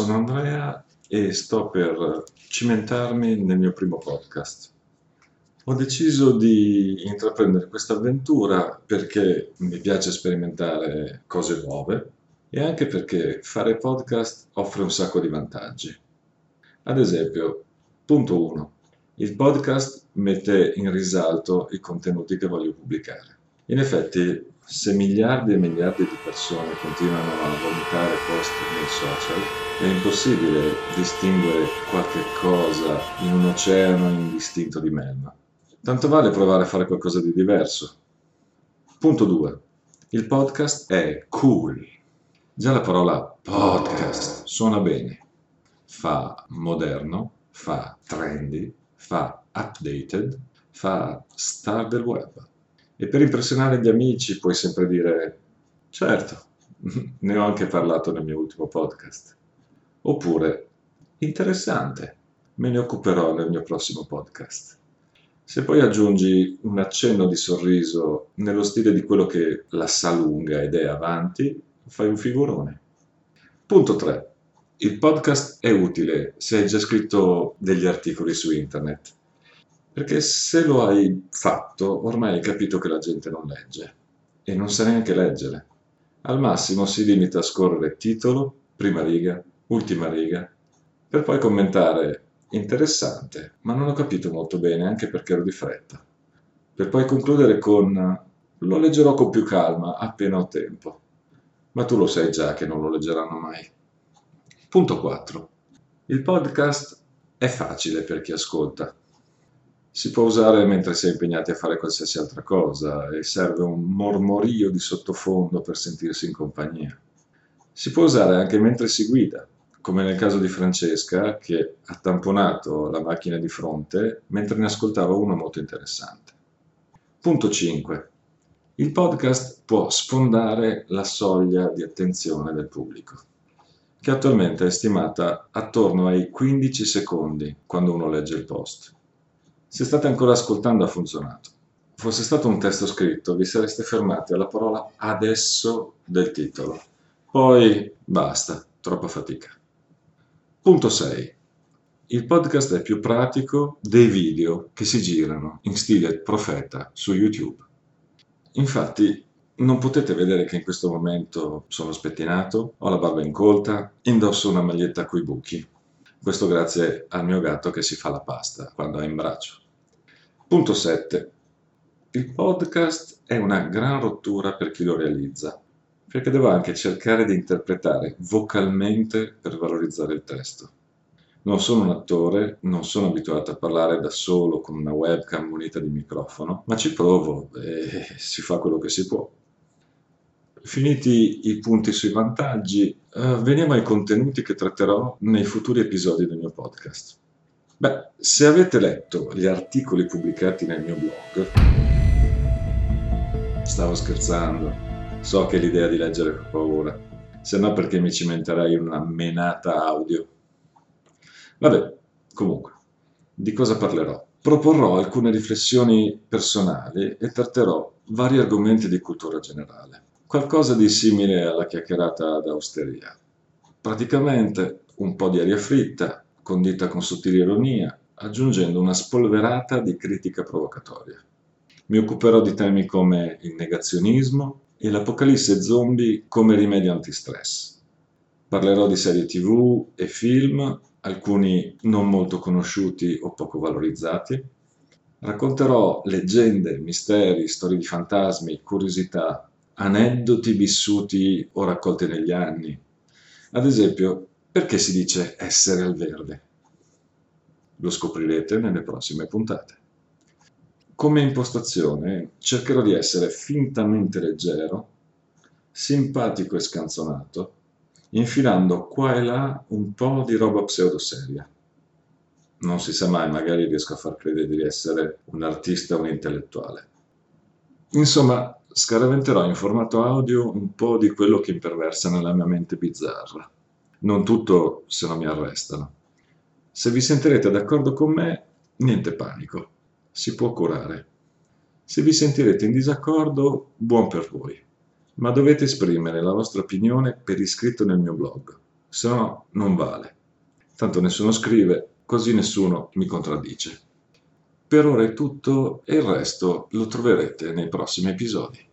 sono Andrea e sto per cimentarmi nel mio primo podcast. Ho deciso di intraprendere questa avventura perché mi piace sperimentare cose nuove e anche perché fare podcast offre un sacco di vantaggi. Ad esempio, punto 1. Il podcast mette in risalto i contenuti che voglio pubblicare. In effetti, se miliardi e miliardi di persone continuano a vomitare post nei social, è impossibile distinguere qualche cosa in un oceano indistinto di melma. Tanto vale provare a fare qualcosa di diverso. Punto 2. Il podcast è cool. Già la parola podcast suona bene. Fa moderno, fa trendy, fa updated, fa star del web. E per impressionare gli amici puoi sempre dire, certo, ne ho anche parlato nel mio ultimo podcast. Oppure, interessante, me ne occuperò nel mio prossimo podcast. Se poi aggiungi un accenno di sorriso nello stile di quello che la sa lunga ed è avanti, fai un figurone. Punto 3. Il podcast è utile se hai già scritto degli articoli su internet, perché se lo hai fatto ormai hai capito che la gente non legge e non sa neanche leggere. Al massimo si limita a scorrere titolo, prima riga, ultima riga, per poi commentare interessante, ma non ho capito molto bene anche perché ero di fretta, per poi concludere con lo leggerò con più calma appena ho tempo. Ma tu lo sai già che non lo leggeranno mai. Punto 4. Il podcast è facile per chi ascolta. Si può usare mentre si è impegnati a fare qualsiasi altra cosa e serve un mormorio di sottofondo per sentirsi in compagnia. Si può usare anche mentre si guida, come nel caso di Francesca che ha tamponato la macchina di fronte mentre ne ascoltava uno molto interessante. Punto 5. Il podcast può sfondare la soglia di attenzione del pubblico, che attualmente è stimata attorno ai 15 secondi quando uno legge il post. Se state ancora ascoltando ha funzionato. Fosse stato un testo scritto, vi sareste fermati alla parola adesso del titolo. Poi basta, troppa fatica. Punto 6. Il podcast è più pratico dei video che si girano in stile profeta su YouTube. Infatti, non potete vedere che in questo momento sono spettinato, ho la barba incolta, indosso una maglietta coi buchi. Questo grazie al mio gatto che si fa la pasta quando è in braccio. Punto 7. Il podcast è una gran rottura per chi lo realizza, perché devo anche cercare di interpretare vocalmente per valorizzare il testo. Non sono un attore, non sono abituato a parlare da solo con una webcam munita di microfono, ma ci provo e si fa quello che si può. Finiti i punti sui vantaggi, veniamo ai contenuti che tratterò nei futuri episodi del mio podcast. Beh, se avete letto gli articoli pubblicati nel mio blog, stavo scherzando, so che l'idea di leggere fa paura, se no perché mi cimenterai in una menata audio. Vabbè, comunque, di cosa parlerò? Proporrò alcune riflessioni personali e tratterò vari argomenti di cultura generale. Qualcosa di simile alla chiacchierata d'austeria. Praticamente un po' di aria fritta, condita con sottile ironia, aggiungendo una spolverata di critica provocatoria. Mi occuperò di temi come il negazionismo e l'apocalisse zombie come rimedio antistress. Parlerò di serie TV e film, alcuni non molto conosciuti o poco valorizzati. Racconterò leggende, misteri, storie di fantasmi, curiosità, aneddoti vissuti o raccolti negli anni. Ad esempio, perché si dice essere al verde? Lo scoprirete nelle prossime puntate. Come impostazione cercherò di essere fintamente leggero, simpatico e scanzonato, infilando qua e là un po' di roba pseudoseria. Non si sa mai, magari riesco a far credere di essere un artista o un intellettuale. Insomma, scaraventerò in formato audio un po' di quello che imperversa nella mia mente bizzarra. Non tutto, se no mi arrestano. Se vi sentirete d'accordo con me, niente panico, si può curare. Se vi sentirete in disaccordo, buon per voi. Ma dovete esprimere la vostra opinione per iscritto nel mio blog. se no non vale. Tanto nessuno scrive, così nessuno mi contraddice. Per ora è tutto e il resto lo troverete nei prossimi episodi.